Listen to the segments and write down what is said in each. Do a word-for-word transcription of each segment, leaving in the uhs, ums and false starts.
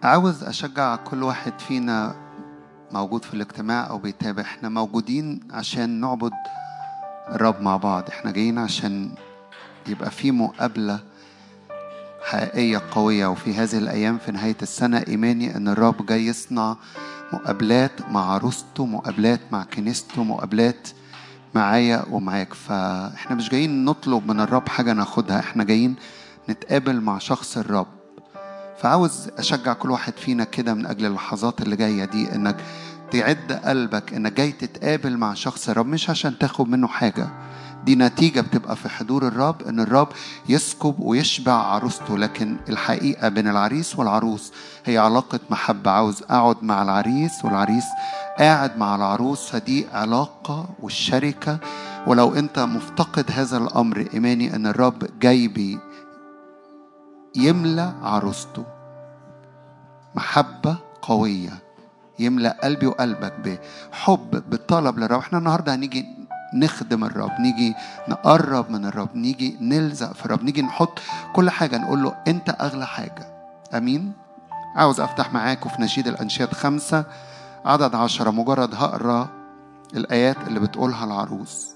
عاوز أشجع كل واحد فينا موجود في الاجتماع أو بيتابع. احنا موجودين عشان نعبد الرب مع بعض. احنا جايين عشان يبقى في مقابلة حقيقية قوية. وفي هذه الأيام في نهاية السنة إيماني أن الرب جاي يصنع مقابلات مع عروسته، مقابلات مع كنيسته، مقابلات معايا ومعاك. فاحنا مش جايين نطلب من الرب حاجة ناخدها، احنا جايين نتقابل مع شخص الرب. فعاوز أشجع كل واحد فينا كده من أجل اللحظات اللي جاية دي إنك تعد قلبك إنك جاي تتقابل مع شخص الرب، مش عشان تاخد منه حاجة. دي نتيجة بتبقى في حضور الرب إن الرب يسكب ويشبع عروسته. لكن الحقيقة بين العريس والعروس هي علاقة محبة. عاوز أقعد مع العريس والعريس قاعد مع العروس، فدي علاقة والشركة. ولو أنت مفتقد هذا الأمر إيماني أن الرب جاي بي يملى عروسته محبة قوية، يملى قلبي وقلبك بحب بالطلب للرب. احنا النهاردة هنيجي نخدم الرب، نيجي نقرب من الرب، نيجي نلزق في الرب، نيجي نحط كل حاجة نقول له انت اغلى حاجة. امين. عاوز افتح معاكم في نشيد الانشاد خمسة عدد عشرة. مجرد هقرأ الايات اللي بتقولها العروس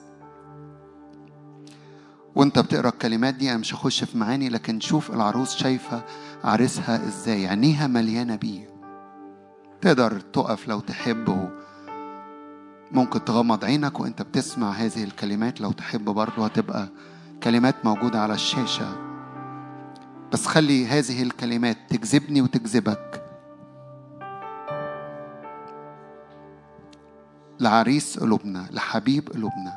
وانت بتقرأ الكلمات دي. انا مش هخش في معاني، لكن شوف العروس شايفة عريسها ازاي، عينيها مليانة بيه. تقدر تقف لو تحبه، ممكن تغمض عينك وانت بتسمع هذه الكلمات لو تحب. برضو هتبقى كلمات موجودة على الشاشة، بس خلي هذه الكلمات تجذبني وتجذبك. لعريس قلوبنا، لحبيب قلوبنا.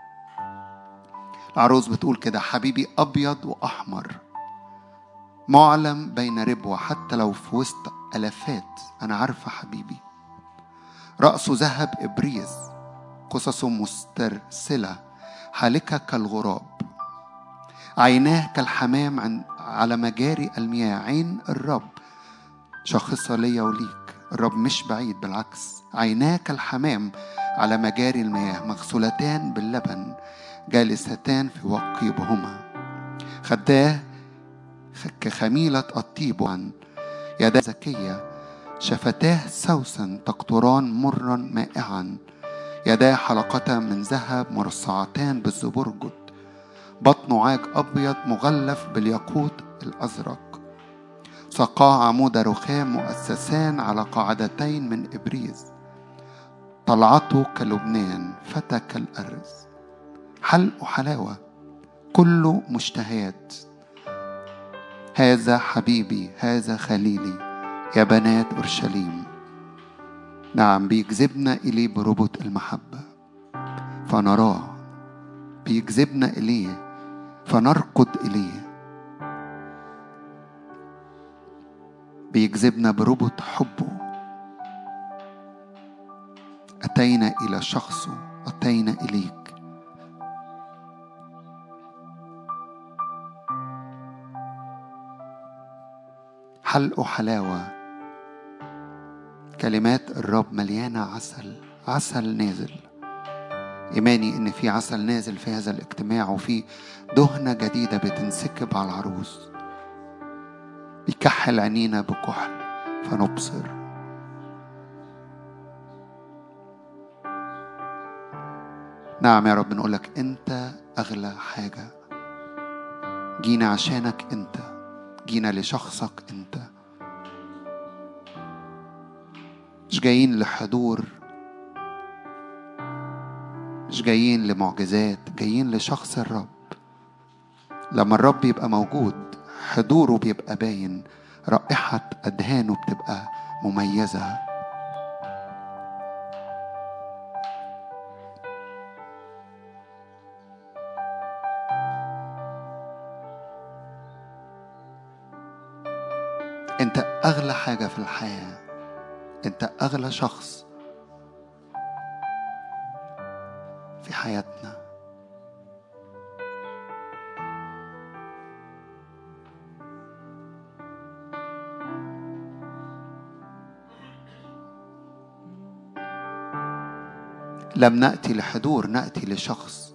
العروس بتقول كده: حبيبي أبيض وأحمر معلم بين ربوة، حتى لو في وسط ألفات أنا عارفة حبيبي. رأسه ذهب إبريز، قصصه مسترسلة، حالكة كالغراب، عيناه كالحمام عن على مجاري المياه. عين الرب شخصة ليا وليك. الرب مش بعيد، بالعكس. عيناه كالحمام على مجاري المياه، مغسولتان باللبن، جالستان في وقيبهما. خداه كخميلة الطيب، عن يداه زكية، شفتاه سوسا تقطران مرا مائعا، يداه حلقة من ذهب مرصعتان بالزبرجد، بطنه عاج أبيض مغلف بالياقوت الأزرق، ساقاه عمود رخام مؤسسان على قاعدتين من إبريز، طلعته كلبنان، فتى كالأرز، حلق حلاوة كله مشتهيات. هذا حبيبي، هذا خليلي يا بنات أورشليم. نعم، بيجذبنا إليه بربط المحبة فنراه، بيجذبنا إليه فنركض إليه، بيجذبنا بربط حبه. أتينا إلى شخصه، أتينا إليك. حلق حلاوة. كلمات الرب مليانة عسل، عسل نازل. إيماني إن في عسل نازل في هذا الاجتماع، وفي دهنة جديدة بتنسكب على العروس. بيكحل عينينا بكحل فنبصر. نعم يا رب، نقولك أنت أغلى حاجة. جينا عشانك أنت، جينا لشخصك أنت. مش جايين لحضور، مش جايين لمعجزات، جايين لشخص الرب. لما الرب يبقى موجود حضوره بيبقى باين، رائحة أدهانه بتبقى مميزة. أنت أغلى حاجة في الحياة، أنت أغلى شخص في حياتنا. لم نأتي لحضور، نأتي لشخص.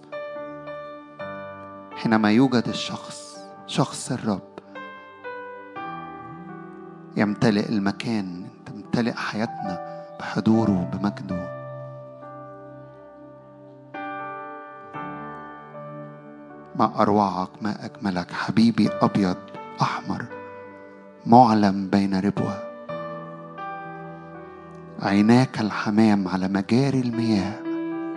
حينما يوجد الشخص، شخص الرب، يمتلئ المكان، تمتلئ حياتنا بحضوره بمجده. ما أروعك، ما أجملك حبيبي، أبيض أحمر معلم بين ربوة، عيناك الحمام على مجاري المياه.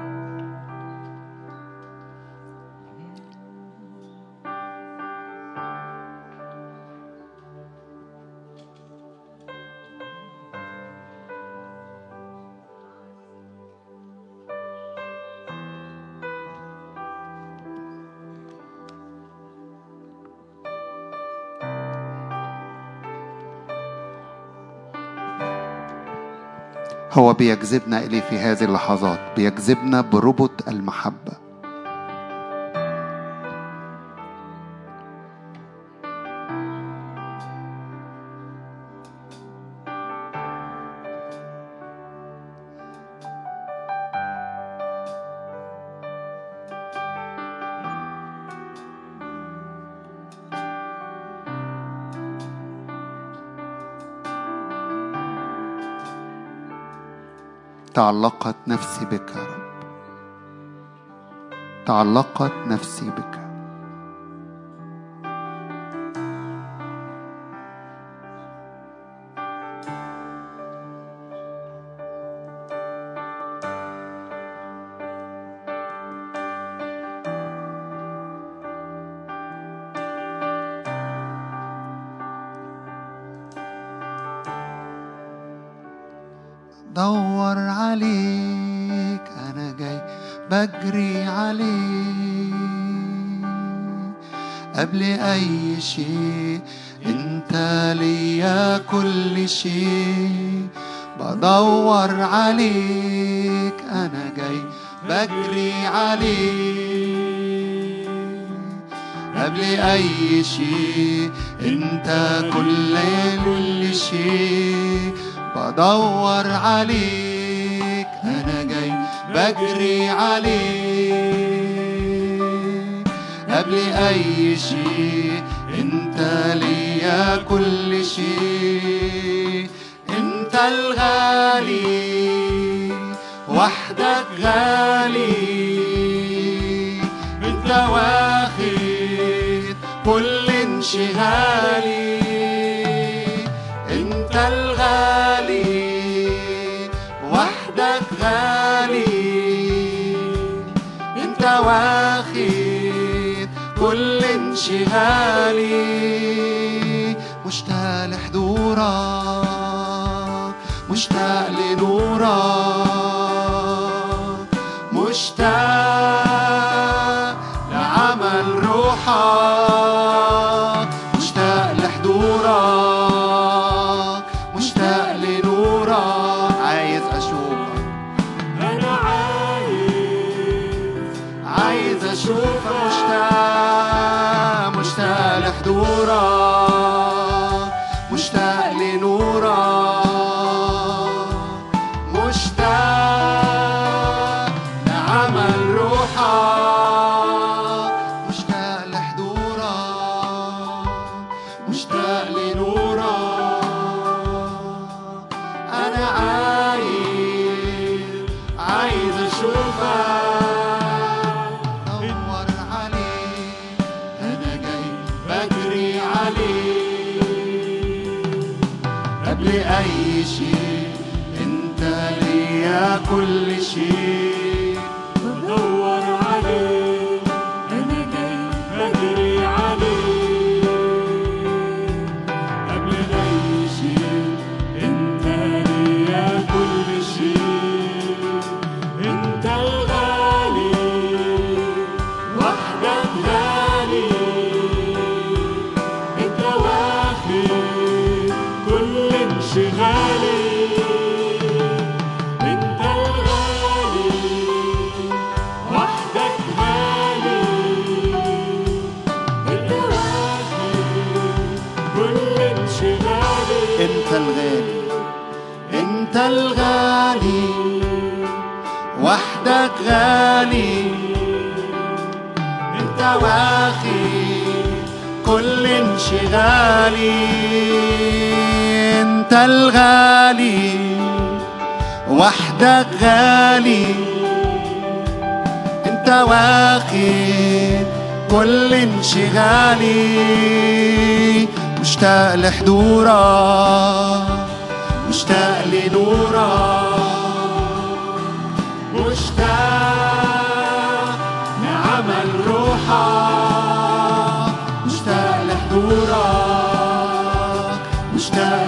هو بيجذبنا إليه في هذه اللحظات، بيجذبنا بربط المحبة. تعلقت نفسي بك يا رب، تعلقت نفسي بك. دور عليك أنا جاي بجري عليك، قبل أي شيء أنت ليا كل شيء. بدور عليك أنا جاي بجري عليك، قبل أي شيء أنت كل كل شيء. بدور عليك أنا جاي بجري عليك، قبل أي شيء أنت ليا كل شيء. أنت الغالي وحدك غالي، أنت واخد كل انشغالي. أنت الغالي وحدك غالي، أنت واخد كل انشغالي. مشتاق لحضورك، مشتاق لنورك، مشتاق لعمل روحك. مشتاق لحضورك، مشتاق لنورك. عايز أشوفك، أنا عايز عايز أشوفك. مشتاق مشتاق لحضورك، مشتاق لنورك، مشتاق لعمل روحك. مشتاق لحضورك، مشتاق لنورك. أنا عايز عايز أشوفك. دور عليك أنا جاي بجري عليك، قبل أي شيء أنت ليا كل شيء. بدور عليك أنا جاي بجري عليك، قبل أي شيء أنت ليا كل شيء. أنت الغالي وحدك غالي، أنت واخد كل انشغالي. أنت الغالي وحدك غالي، أنت واخد كل انشغالي. أنت الغالي، أنت الغالي وحدك غالي، أنت واخد كل انشغالي. انت الغالي وحدك غالي، انت واخد كل انشغالي. مشتاق لحضورك، مشتاق لنورك، مشتاق لعمل روحك، مشتاق لحضورك، مشتاق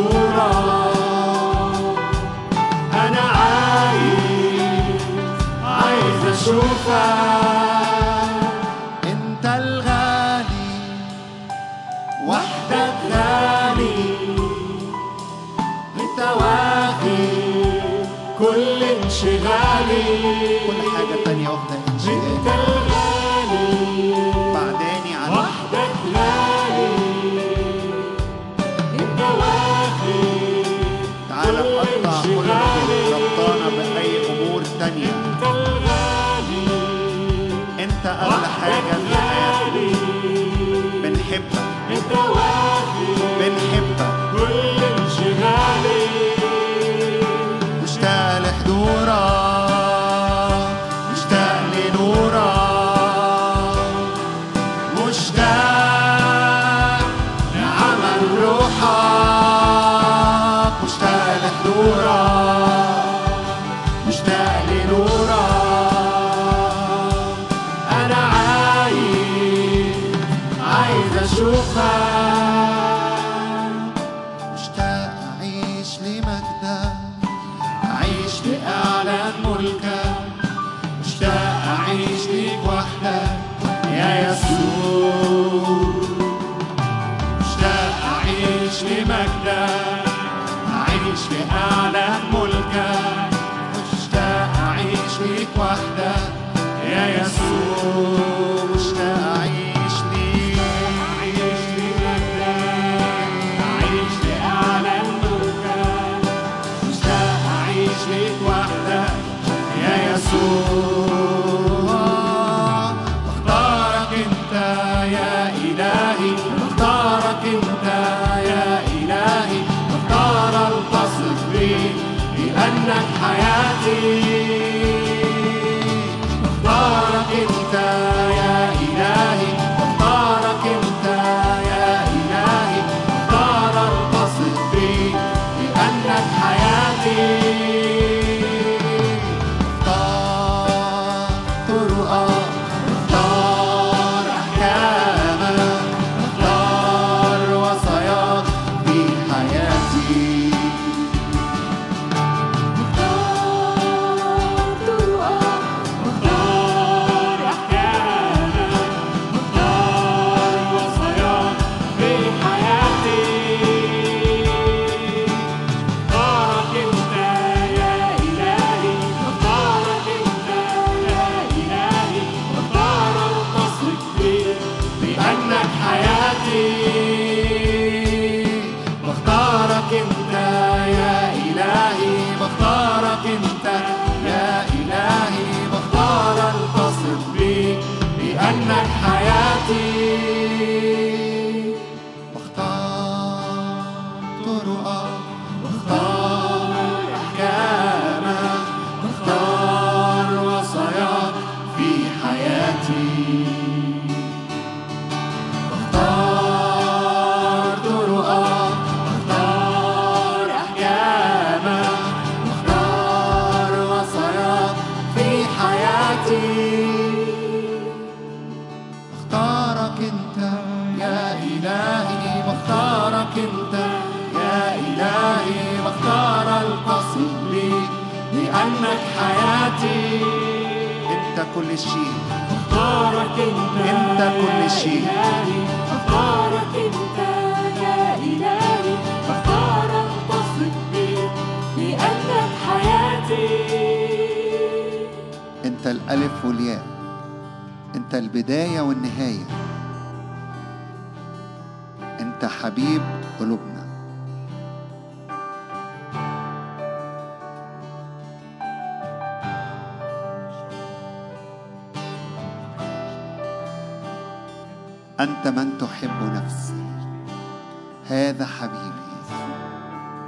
لنورك. أنا عايز عايز أشوفك، أنت الغالي وحدك غالي، أنت واخد كل انشغالي. كل حاجة تانية واخدة انشغالي، أنت الغالي بعداني عن وحدك غالي، أنت واخد. تعالى قطع كل ربطانة بأي أمور تانية. أنت الغالي، أنت أغلى حاجة في حياتي. بنحبك، أنت واخد، بنحبك كل انشغالي. مشتاق لحضورك، مشتاق لنورك، مشتاق لعمل روحك، مشتاق لحضورك، مشتاق لنورك. أنا عايز عايز أشوفك، مشتاق أعيش لمجدك، أعيش لأعلان ملكك، مشتاق أعيش ليك وحدك يا يسوع. مشتاق أعيش لمجدك، أعيش لأعلان ملكك، مشتاق أعيش ليك وحدك يا يسوع. مشتاق أعيش ليك، أعيش لمجدك، أعيش لأعلان ملكك، مشتاق أعيش ليك وحدك يا يسوع. بختارك أنت يا إلهي، بختارك أنت يا إلهي، بختار ألتصق بيك لأنك حياتي. بختارك أنت يا إلهي، بختارك أنت يا إلهي، بختار ألتصق بيك لأنك حياتي. بختار طرقك، بختار أحكامك، بختار وصاياك في حياتي. بختار أحكامك، بختار وصاياك في حياتي. بختارك أنت يا إلهي، بختارك أنت يا إلهي، بختار ألتصق بيك لأنك حياتي. بختارك أنت يا إلهي، بختارك أنت يا إلهي، بختار ألتصق بيك لأنك حياتي. بختار طرقك، بختار أحكامك، بختار وصاياك في حياتي. بختار طرقك، بختار أحكامك، بختار وصاياك في حياتي. بختارك أنت يا إلهي، بختارك أنت يا إلهي، بختار ألتصق بيك لأنك حياتي. أنت كل شيء، بختارك أنت أنت كل شيء. بختارك أنت يا إلهي، بختار ألتصق بيك لأنك حياتي. أنت الألف والياء، أنت البداية والنهاية، أنت حبيب قلوبنا. أنت من تحب نفسي، هذا حبيبي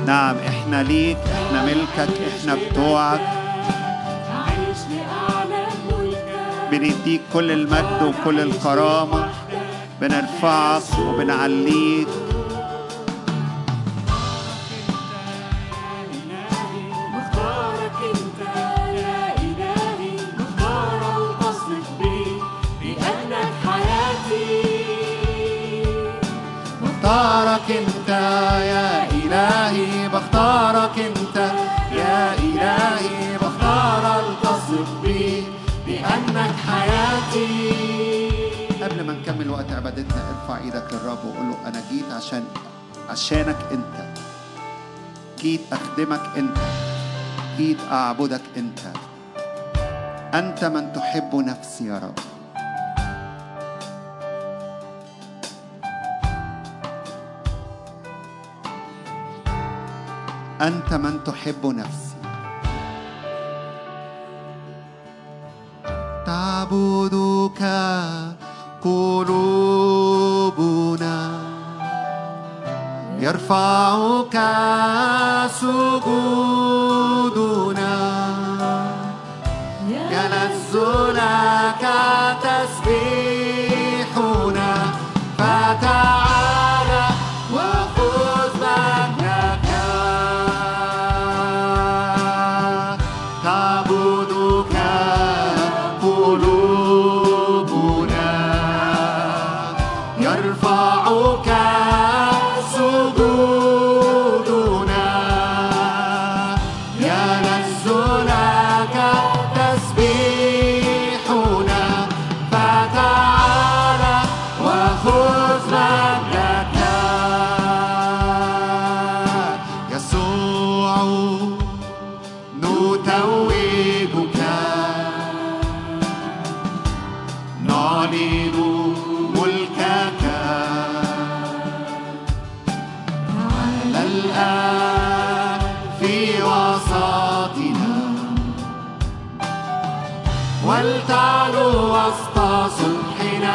نعم احنا ليك، احنا ملكك، احنا بتوعك. أعيش لأعلى ملكك. بنديك كل المجد وكل الكرامة، بنرفعك وبنعليك. مختارك انت يا إلهي، مختار التصرف بي لأنك حياتي. بختارك انت يا إلهي، بختارك انت يا إلهي، بختار التصرف بي لأنك حياتي. قبل ما نكمل وقت عبادتنا ارفع ايدك للرب وقول له أنا جيت عشان عشانك انت، جيت أخدمك انت، جيت أعبدك انت. أنت من تحب نفسي يا رب. أنت من تحب نفسي. تعبدك قلوبنا، يرفعك سجودنا، يلذ لك تسبيحنا. فتعالى وخذ مجدك. تعبدك قلوبنا، يرفعك سجودنا، يلذ لك تسبيحنا. فتعالى وخذ مجدك. يسوع نتوجك، نعلن ملكك على الآن في وسطنا، ولتعلو وسط صلحنا.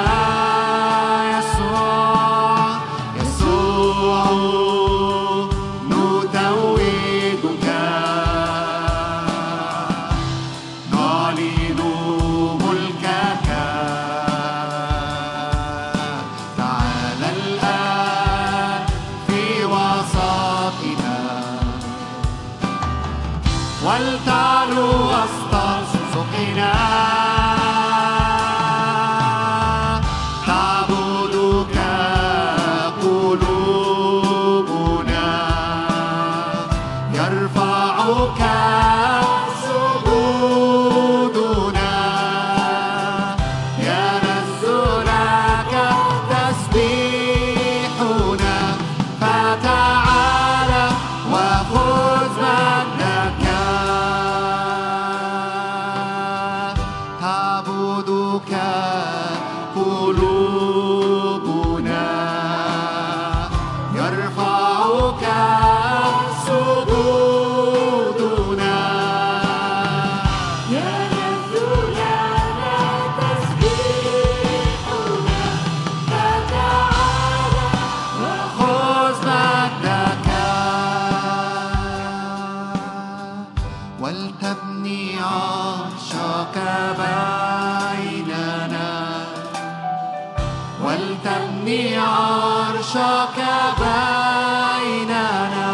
يسوع يسوع نتوجك، نعلن ملكك. تعالى الآن في وسطنا، ولتعلو وسط صلحنا. تعبدك قلوبنا، يرفعك سجودنا، يلذ لك تسبيحنا. فتعالى وخذ مجدك. تعبدك قلوبنا، يرفعك سجودنا، يلذ لنا تسبيحنا. فتعالى خذ مجدك. ولتبني عرشك بيننا، ولتبني عرشك بيننا،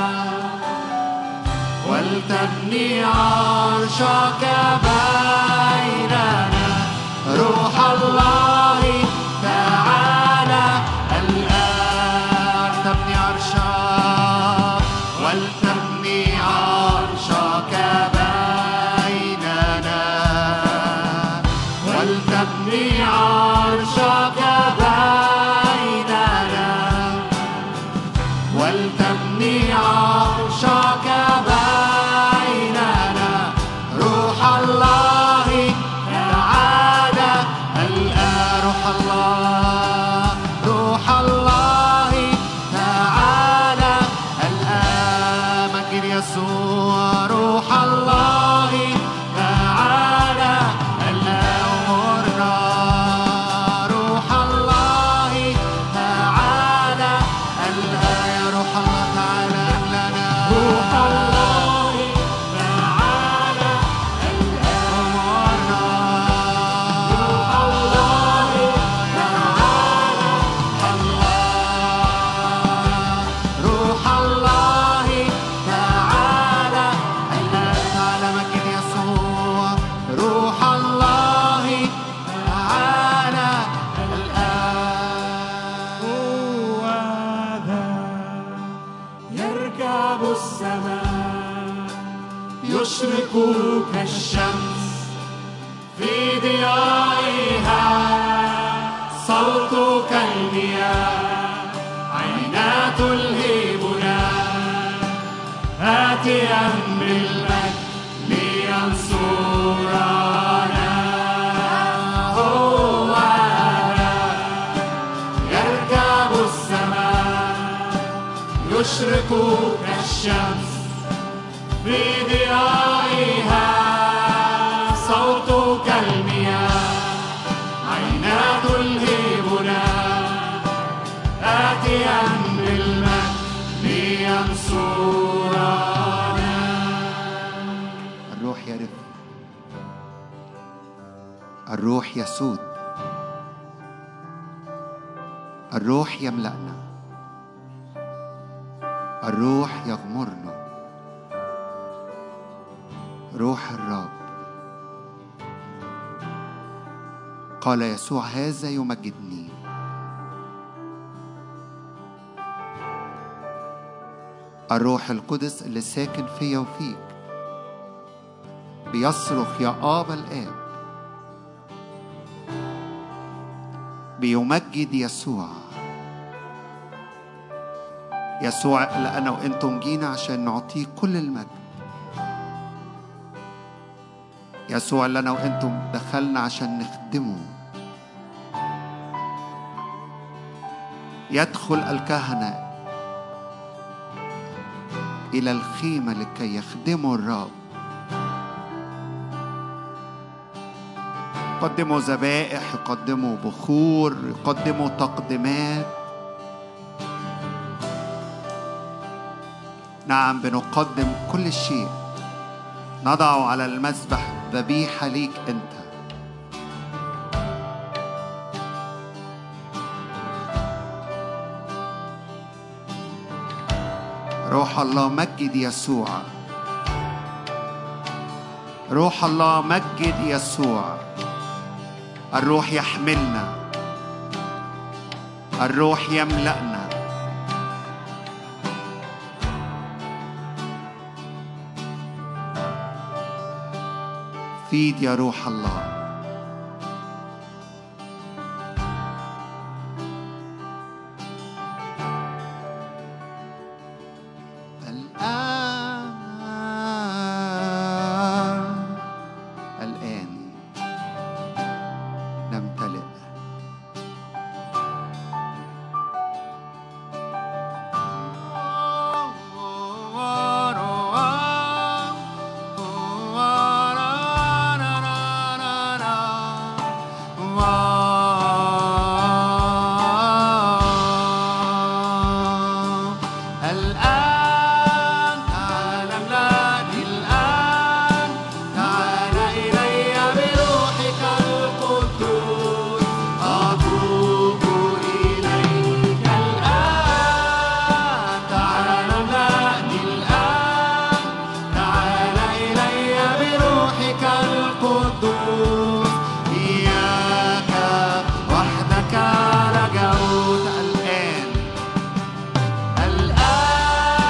ولتبني عرشك بيننا. روح الله تعالى الآن تبني عرشك، ولتبني عرشك بيننا، ولتبني عرشك بيننا، ولتبني عرشك بيننا. روح الله تعالى الآن. روح الله، روح الله تعالى الآن. مجد يسوع. روح الله تعالى الآن. أمرنا روح الله تعالى الآن. يا روح الله تعالى املأنا يركب السماء يشرق كالشمس في ضيائها صوت كالمياه عينا تلهبنا آتيا بالمجد لينصرنا هو يركب السماء يشرق كالشمس في ضيائها صوت كالمياه عينا تلهبنا آتيا بالمجد لينصرنا. الروح يرف، الروح يسود، الروح يملأنا، الروح يغمرنا، روح الرب. قال يسوع هذا يمجدني. الروح القدس اللي ساكن فيا وفيك بيصرخ يا آبا الآب، بيمجد يسوع. يسوع اللي أنا وإنتم جينا عشان نعطيه كل المجد. يسوع اللي أنا وإنتم دخلنا عشان نخدمه. يدخل الكهنة إلى الخيمة لكي يخدموا الرب، يقدموا ذبائح، يقدموا بخور، يقدموا تقديمات. نعم، بنقدم كل شيء، نضع على المذبح ذبيحة ليك أنت. روح الله مجد يسوع، روح الله مجد يسوع. الروح يحملنا، الروح يملأنا. فيد يا روح الله. الآن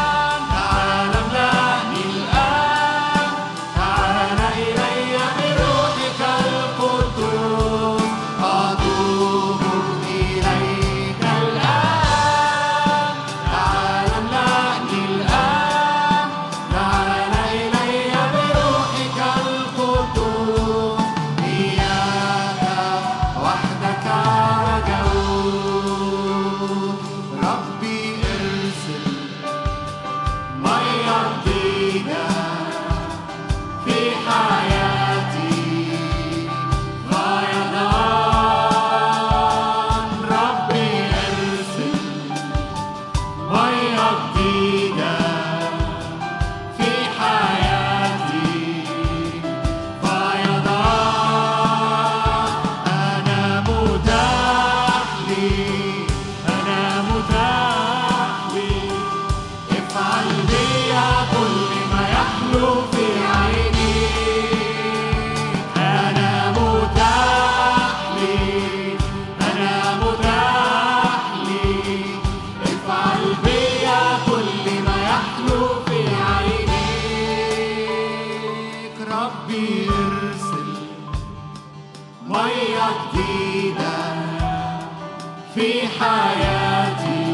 حياتي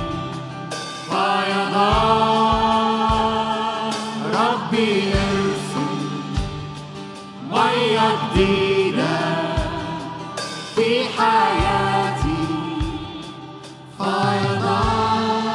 فيضان. ربي ارسل مية جديدة في حياتي فيضان.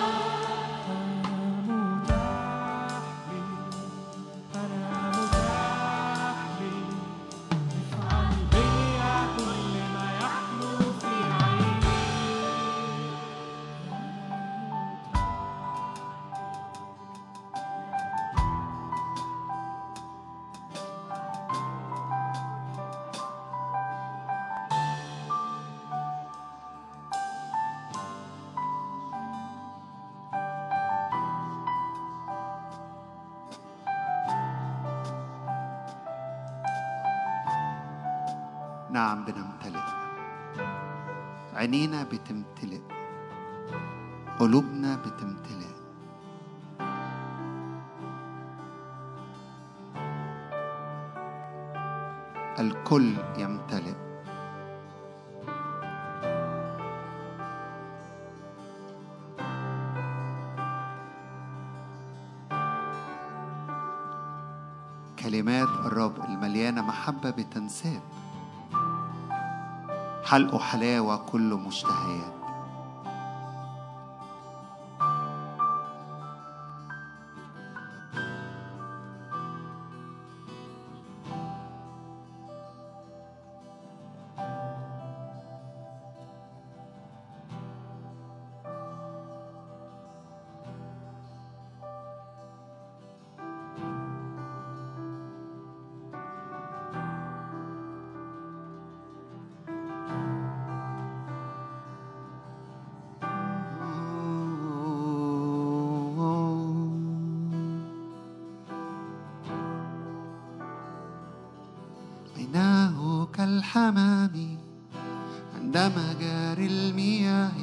نعم بنمتلئ، عينينا بتمتلئ، قلوبنا بتمتلئ. الكل يمتلئ. كلمات الرب المليانة محبة بتنساب، حلق حلاوة كل مشتهيات. عيناه كالحمام عند مجاري المياه،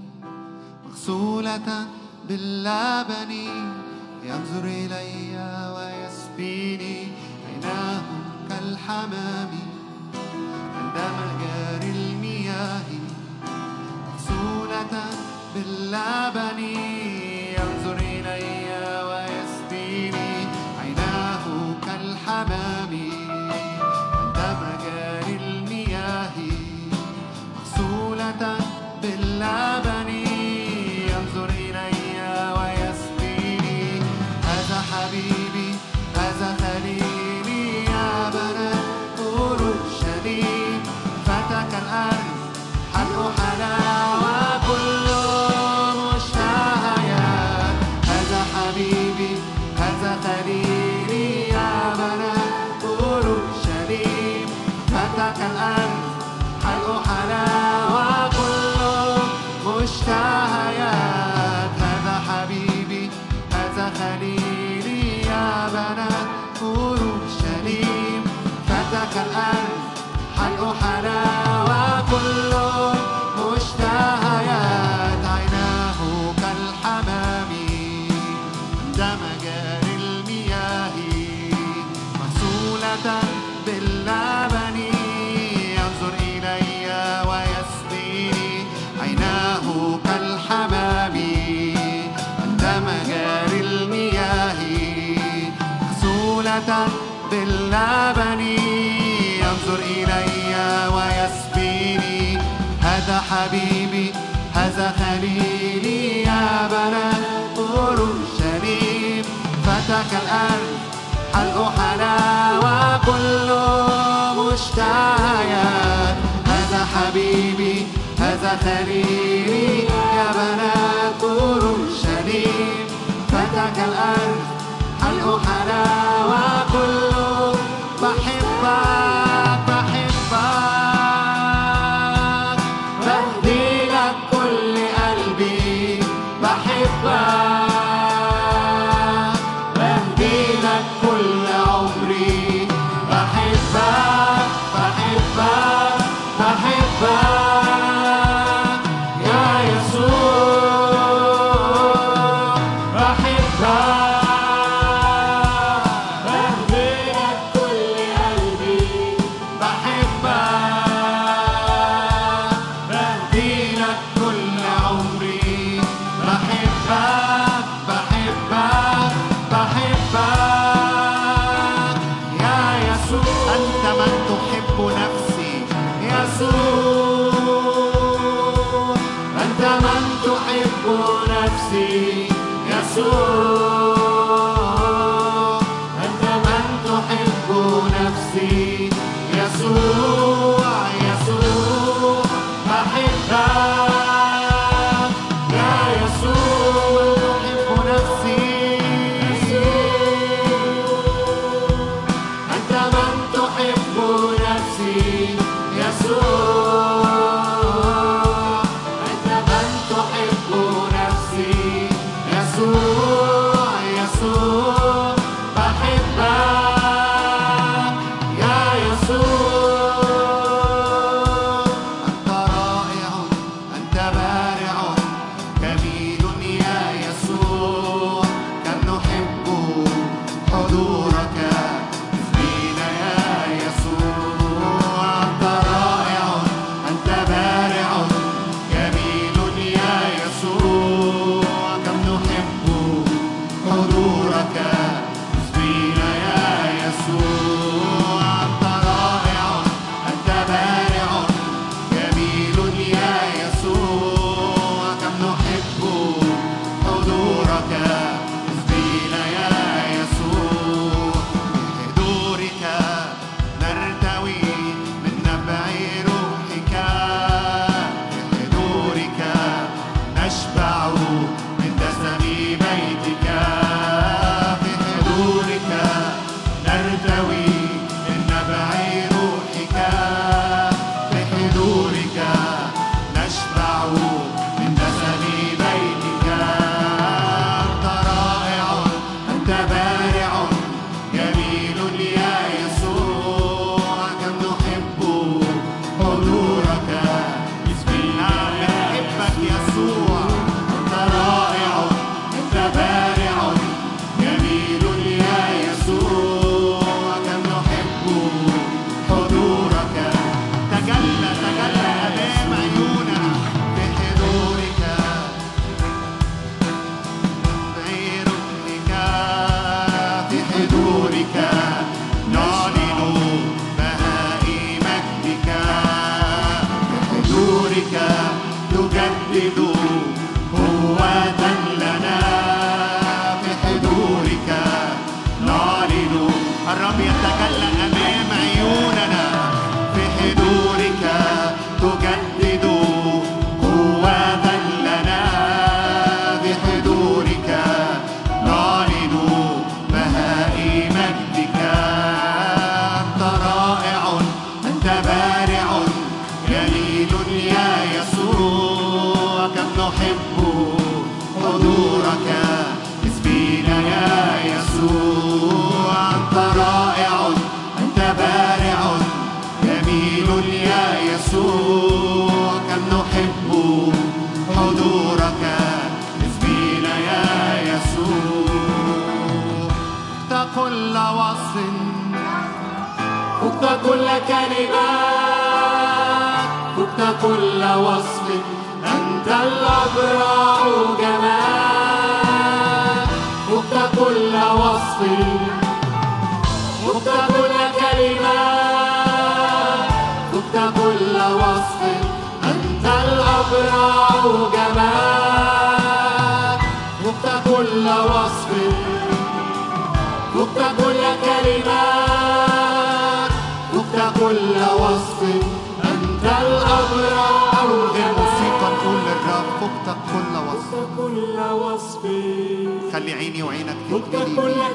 مغسولة باللبن، ينظر إلي ويسبيني. عيناه كالحمام عند مجاري المياه، مغسولة باللبن، ينظر إلي ويسبيني. عيناه كالحمام مجاري المياه، مغسولة باللبن، ينظر إلي ويسبيني. هذا حبيبي هذا خليلي، يا بنات أورشليم، فتى كالأرض حلق حلاوة كل مشتهيات. هذا حبيبي هذا خليلي، يا بنات أورشليم، فتى كالأرض حلق حلاوة كل مشتهيات. هذا حبيبي هذا خليلي، يا بنات أورشليم، فتى كالأرض حلق حلاوة كل مشتهيات. عيناه كالحمام عند مجاري المياه، مغسولة باللبن، ينظر إلي ويسقيني. عيناه كالحمام عند مجاري المياه، مغسولة باللبن، ينظر إلي ويسقيني. هذا حبيبي هذا خليلي، يا بنات أورشليم، فتى كالأرض حلق حلاوة كل مشتهيات. هذا حبيبي هذا خليلي، يا بنات أورشليم، فتى كالأرض حلق حلاوة كل. بحبك بحبك بهدي لك كل قلبي، بحبك بهدي لك كل عمري. بحبك بحبك بحبك يا يسوع، بحبك بهدي لك كل قلبي. بحبك بهدي لك كل يسوع أنت من تحب نفسي يسوع يسوع أحبك يا يسوع تحب نفسي أنت من تحب نفسي يسوع أنت من تحب نفسي يسوع يسوع بحبك يا يسوع أنت رائع أنت بارع جميل يا يسوع كم نحب حضورك فينا يا يسوع أنت رائع أنت بارع جميل يا يسوع كم نحب حضورك فينا يا يسوع أنت رائع أنت بارع جميل يا يسوع كم نحب حضورك فينا يا يسوع بحضورك نرتوي من نبع روحك بحضورك نشبع من دسم بيتك بحضورك نرتوي من نبع روحك بحضورك نشبع من دسم بيتك أنت رائع أنت بارع جميل يا يسوع كم نحب حضورك اسمنا بنحبك يسوع أنت رائع أنت بارع جميل يا يسوع كم نحب حضورك تجلى تجلى أمام عيوننا بحضورك بروحك في حضورك نعلن بهاء مجدك بحضورك تجدد قوة لنا بحضورك نعلن الرب يتجلى أمام عيوننا بحضورك تجدد قوة لنا بحضورك نعلن بهاء مجدك أنت رائع أنت بارع جميل يا يسوع كم نحب حضورك اسمنا يا يسوع أنت رائع أنت بارع جميل يا يسوع كم نحب حضورك اسمنا يا يسوع فقت كل وصف فقت كل كلمات فقت كل وصف أنت الأبرع جمال فقت كل وصف فقت كل كلمات فقت كل وصف أنت الأبرع جمال فقت كل وصف فقت كل كلمات فقت كل وصف أنت الأبرع موسيقى نقول للرب فقت كل وصف فقت كل وصف خلي عيني وعينك فقت تتملي كل بيه.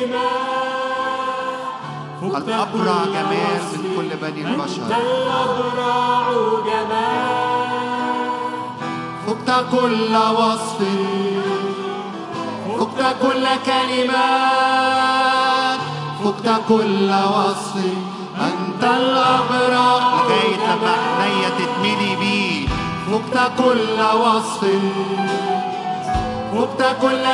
كلمات فقت الأبرع كل جمال وصف. من كل بني أنت البشر الأبرع جمال فقت كل وصف فقت كل كلمات فقت كل وصف أنت الأبرع لكي تبقى عينيا تتملي بيه فقت كل وصف فقت كل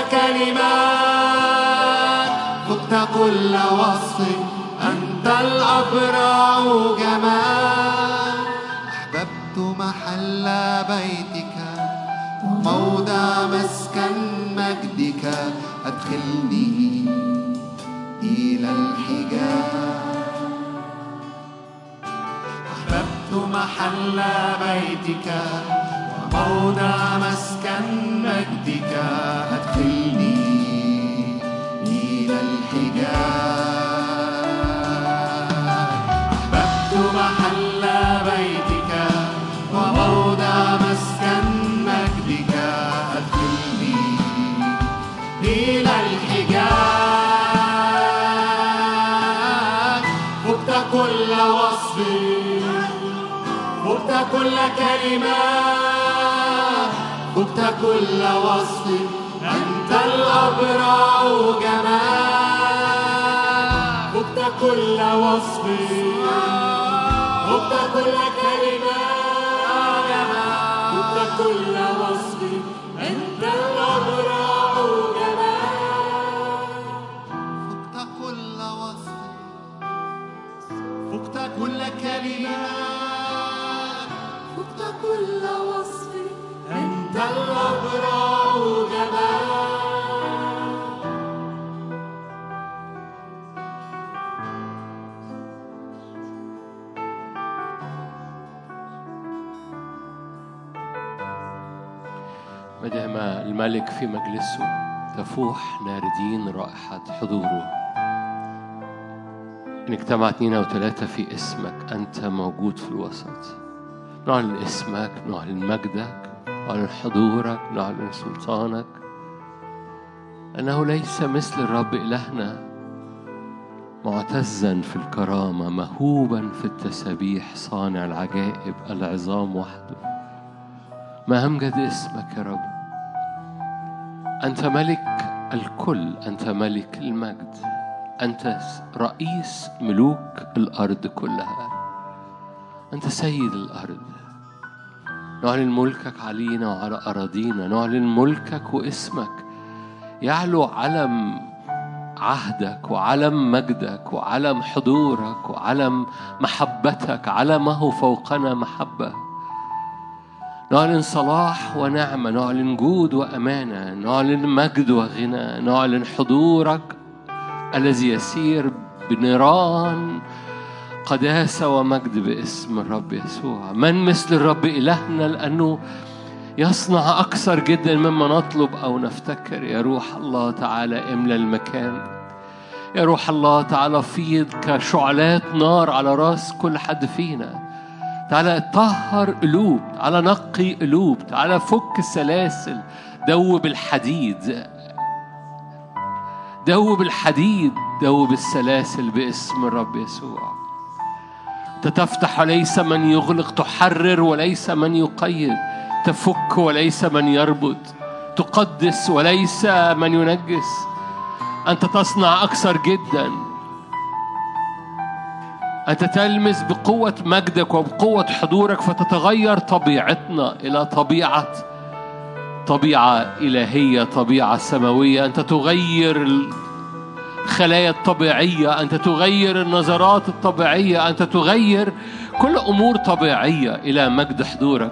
كلمات فقت كل وصف أنت الأبرع جمال أحببت محل بيتك وموضع مسكن مجدك أدخلني إلى الحجاب أحببت محل بيتك وموضع مسكن مجدك أدخلني الحجاب، فقت كل وصف، فقت كل كلمة، فقت كل وصف، أنت الأبرع جمال، فقت كل وصف، فقت كل كلمة، فقت كل وصف، أنت الأبرع جمال، فقت كل وصف، فقت كل كلمة، فقت كل وصف، أنت الأبرع جمال. مدام الملك في مجلسه تفوح ناردين رائحة حضوره. إن اجتمع اثنين أو ثلاثة في اسمك أنت موجود في الوسط. نعلن اسمك، نعلن مجدك، نعلن حضورك، نعلن سلطانك، أنه ليس مثل الرب إلهنا، معتزا في الكرامة، مهوبا في التسابيح، صانع العجائب، العظام وحده. ما أمجد اسمك يا رب. أنت ملك الكل، أنت ملك المجد، أنت رئيس ملوك الأرض كلها، أنت سيد الأرض. نعلن ملكك علينا وعلى أراضينا، نعلن ملكك واسمك يعلو علم عهدك وعلم مجدك وعلم حضورك وعلم محبتك على ما هو فوقنا محبة. نعلن صلاح ونعمة، نعلن جود وأمانة، نعلن مجد وغنى، نعلن حضورك الذي يسير بنيران قداسة ومجد باسم الرب يسوع. من مثل الرب إلهنا، لأنه يصنع أكثر جدا مما نطلب أو نفتكر. يا روح الله تعالى املى المكان، يا روح الله تعالى فيض كشعلات نار على راس كل حد فينا. تعالى طهر قلوب، تعالى نقي قلوب، تعالى فك السلاسل، دوب الحديد، دوب الحديد، دوب السلاسل باسم الرب يسوع. تفتح وليس من يغلق، تحرر وليس من يقيد، تفك وليس من يربط، تقدس وليس من ينجس. أنت تصنع أكثر جدا، أنت تلمس بقوة مجدك وبقوة حضورك فتتغير طبيعتنا إلى طبيعة طبيعة إلهية، طبيعة سماوية. أنت تغير الخلايا الطبيعية، أنت تغير النظرات الطبيعية، أنت تغير كل أمور طبيعية إلى مجد حضورك.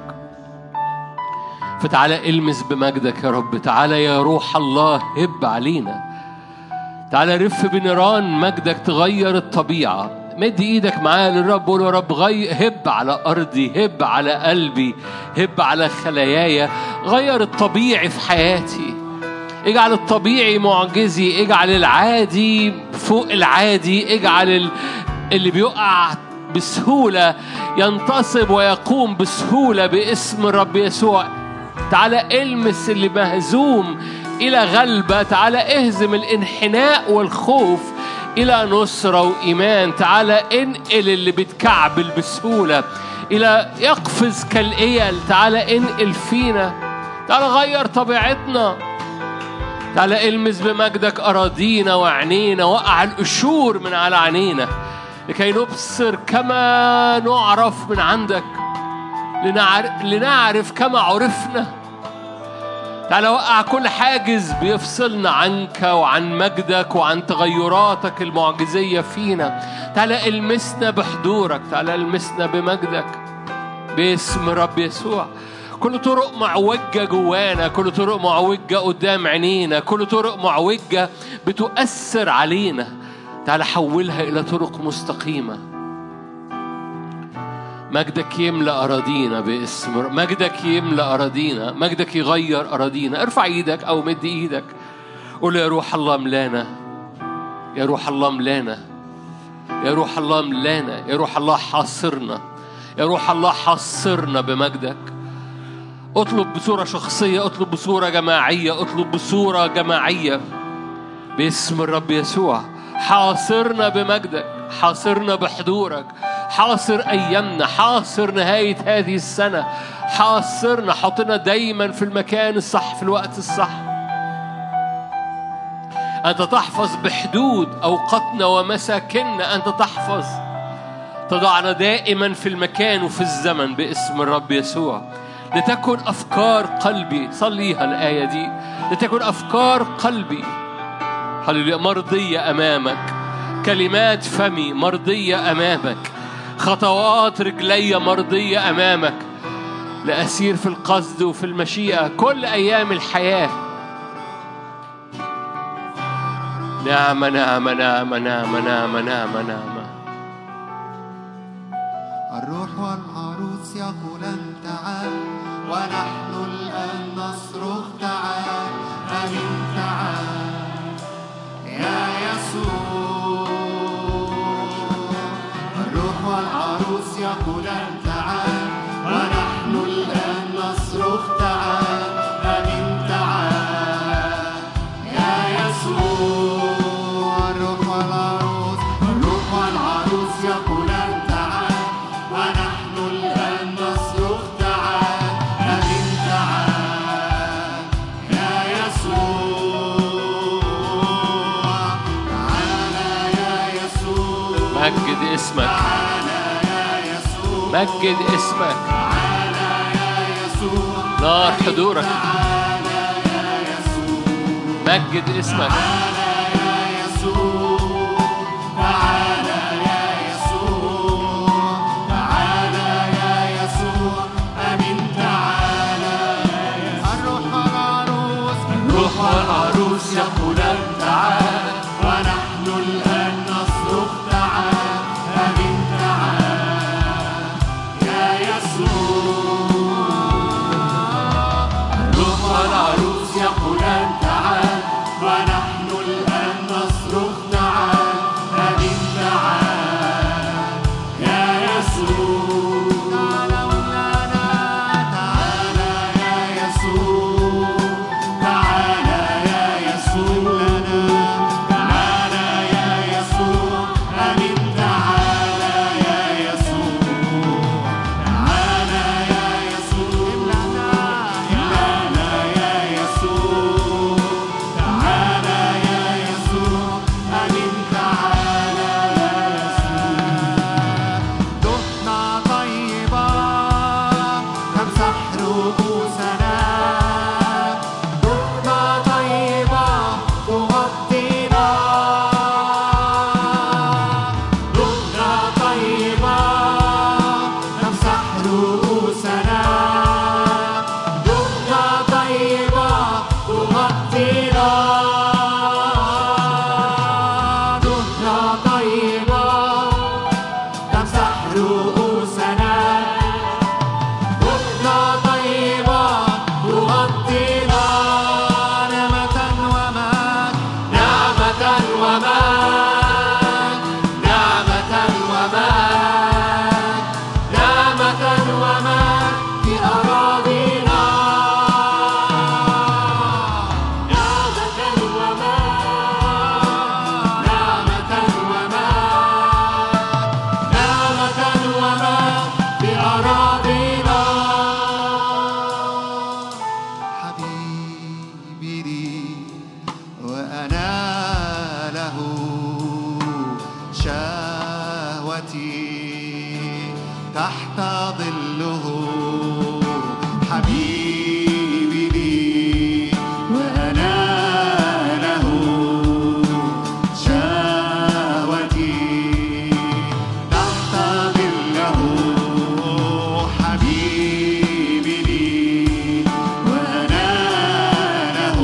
فتعالى المس بمجدك يا رب. تعالى يا روح الله هب علينا، تعالى رف بنيران مجدك تغير الطبيعة. مد ايدك معايا للرب، قول يا رب غي هب على أرضي، هب على قلبي، هب على خلاياي، غير الطبيعي في حياتي، اجعل الطبيعي معجزي، اجعل العادي فوق العادي، اجعل اللي بيقع بسهولة ينتصب ويقوم بسهولة باسم الرب يسوع. تعالى المس اللي مهزوم إلى غلبة، تعالى اهزم الانحناء والخوف إلى نصرة وإيمان. تعالى انقل اللي بتكعبل بسهولة إلى يقفز كالإيل. تعالى انقل فينا، تعالى غير طبيعتنا، تعالى المس بمجدك أراضينا وعنينا، وقع القشور من على عينينا لكي نبصر كما نعرف من عندك، لنعرف, لنعرف كما عرفنا. تعالى وقع كل حاجز بيفصلنا عنك وعن مجدك وعن تغيراتك المعجزية فينا. تعالى المسنا بحضورك، تعالى المسنا بمجدك باسم رب يسوع. كل طرق معوجة جوانا، كل طرق معوجة قدام عينينا، كل طرق معوجة بتؤثر علينا، تعالى حولها إلى طرق مستقيمة. مجدك يملأ أراضينا باسم، مجدك يملأ أراضينا، مجدك يغير أراضينا. ارفع ايدك أو مد ايدك، قول يا روح الله ملانا، يا روح الله ملانا، يا روح الله ملانا، يا روح الله حاصرنا، يا روح الله حاصرنا بمجدك. اطلب بصورة شخصية، اطلب بصورة جماعية، اطلب بصورة جماعية. باسم الرب يسوع. حاصرنا بمجدك، حاصرنا بحضورك، حاصر أيامنا، حاصر نهاية هذه السنة، حاصرنا، حطنا دايما في المكان الصح في الوقت الصح. أنت تحفظ بحدود أوقاتنا ومساكننا، أنت تحفظ، تضعنا دائما في المكان وفي الزمن باسم الرب يسوع. لتكن أفكار قلبي، صليها الآية دي، لتكن أفكار قلبي هللويا مرضية أمامك، كلمات فمي مرضية أمامك، خطوات رجلي مرضية أمامك، لأسير في القصد وفي المشيئة كل أيام الحياة. نعمة نعمة نعمة نعمة نعمة نعمة نعمة. الروح والعروس يقولان تعال، ونحن الآن نصرخ تعال، آمين تعال يا يسوع. الروح والعروس يقولان تعال، ونحن الآن نصرخ تعال، آمين تعال يا يسوع. الروح والعروس الروح والعروس يقولان تعال، ونحن الآن نصرخ تعال، آمين تعال يا يسوع. تعالى يا يسوع، مجد اسمك، تعالى يا يسوع، مجد اسمك، تعالى يا يسوع، نار حضورك، تعالى يا يسوع، مجد اسمك، تعالى يا يسوع، تعالى يا يسوع، تعالى يا يسوع، آمين تعالى يا يسوع. الروح والعروس الروح والعروس يقولان تعال، ونحن الآن نصرخ تعال، آمين تعال يا يسوع. الروح والعروس يقولان تعال، ونحن الآن نصرخ تعال، آمين تعال يا يسوع. تعالى يا يسوع، تعالى يا يسوع، تعالى يا يسوع، آمين تعالى يا يسوع. تعالى يا يسوع، املأنا يا يسوع، تعالى يا يسوع، آمين تعالى يا يسوع. دهنا طيبة تمسح رؤوسنا، دهنا طيبة تغطينا، دهنا طيبة تمسح رؤوسنا، دهنا طيبة تغطينا، دهنا طيبة تمسح رؤوسنا، دهنا طيبة تغطينا. نعمة ومجد، نعمة ومجد، نعمة ومجد، نعمة ومجد في أراضينا، نعمة ومجد، نعمة ومجد، نعمة ومجد في أراضينا. حبيبي لي وأنا له، شهوتي تحت ظله. حبيبي لي وأنا له، شهوتي تحت ظله. حبيبي لي وأنا له،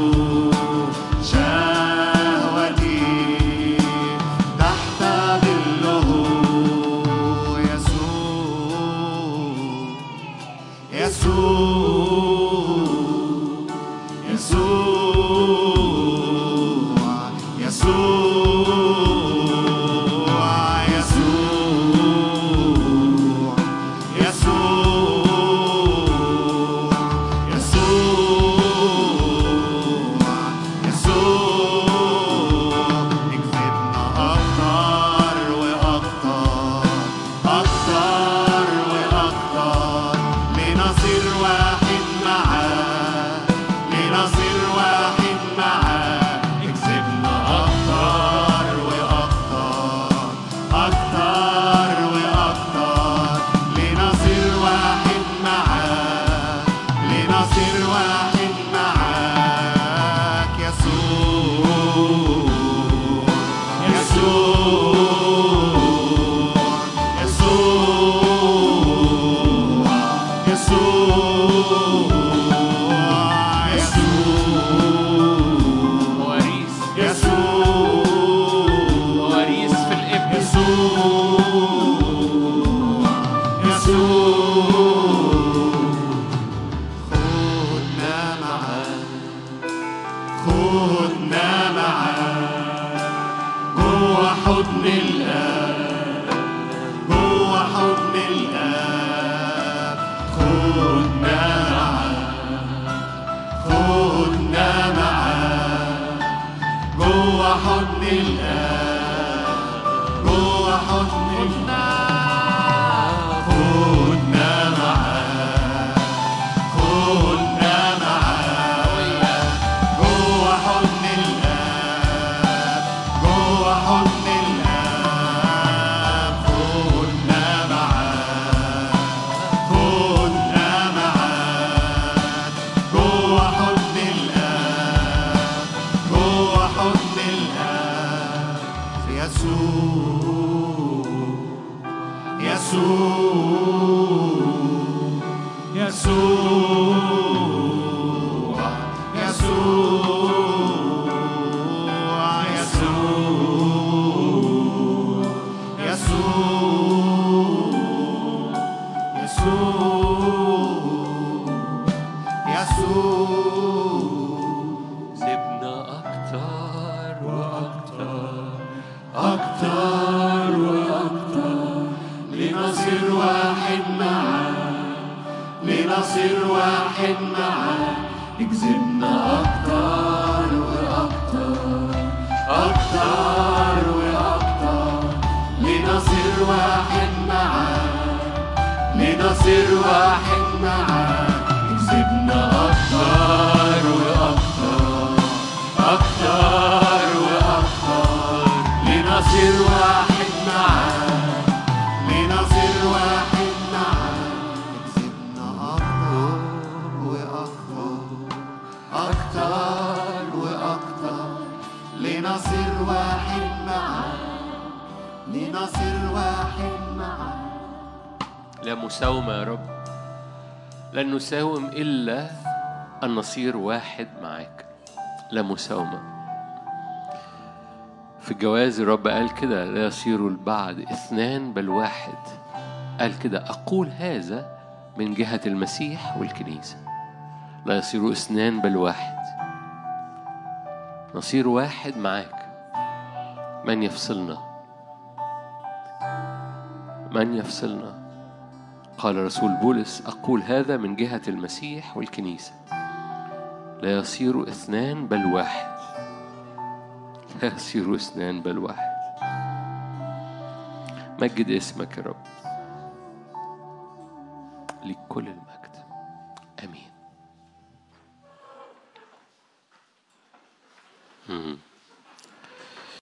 شهوتي تحت ظله. يسوع حضن الآب جوا حضن الآب خدنا معاه خدنا معاه جوا حضن الآب جوا حضن الآب خدنا معاه خدنا معاه جوا حضن الآب جوا حضن الآب خدنا معاه خدنا معاه جوا حضن الآب جوا حضن الآب يسوع يسوع يسوع يسوع يسوع يسوع يسوع سيبنا أكتر وأكتر أكتر وأكتر لنصير واحد معاه لنصير واحد معاه اكذبنا أكتر وأكتر أكتر وأكتر لنصير واحد معاه لنصير واحد معاه اكذبنا أكتر وأكتر أكتر وأكتر لنصير واحد معاه لنصير واحد معاه اكذبنا أكتر وأكتر أكتر وأكتر لنصير واحد معاه لنصير واحد معاه. لا مساومة يا رب، لن نساوم إلا أن نصير واحد معاك. لا مساومة. في الجواز الرب قال كده: لا يصير البعد اثنان بل واحد. قال كده: أقول هذا من جهة المسيح والكنيسة. لا يصير اثنان بل واحد. نصير واحد معاك. من يفصلنا؟ من يفصلنا؟ قال رسول بولس: أقول هذا من جهة المسيح والكنيسة. لا يصير اثنان بل واحد. لا يصير اثنان بل واحد. مجد اسمك يا رب، لكل المجد. آمين.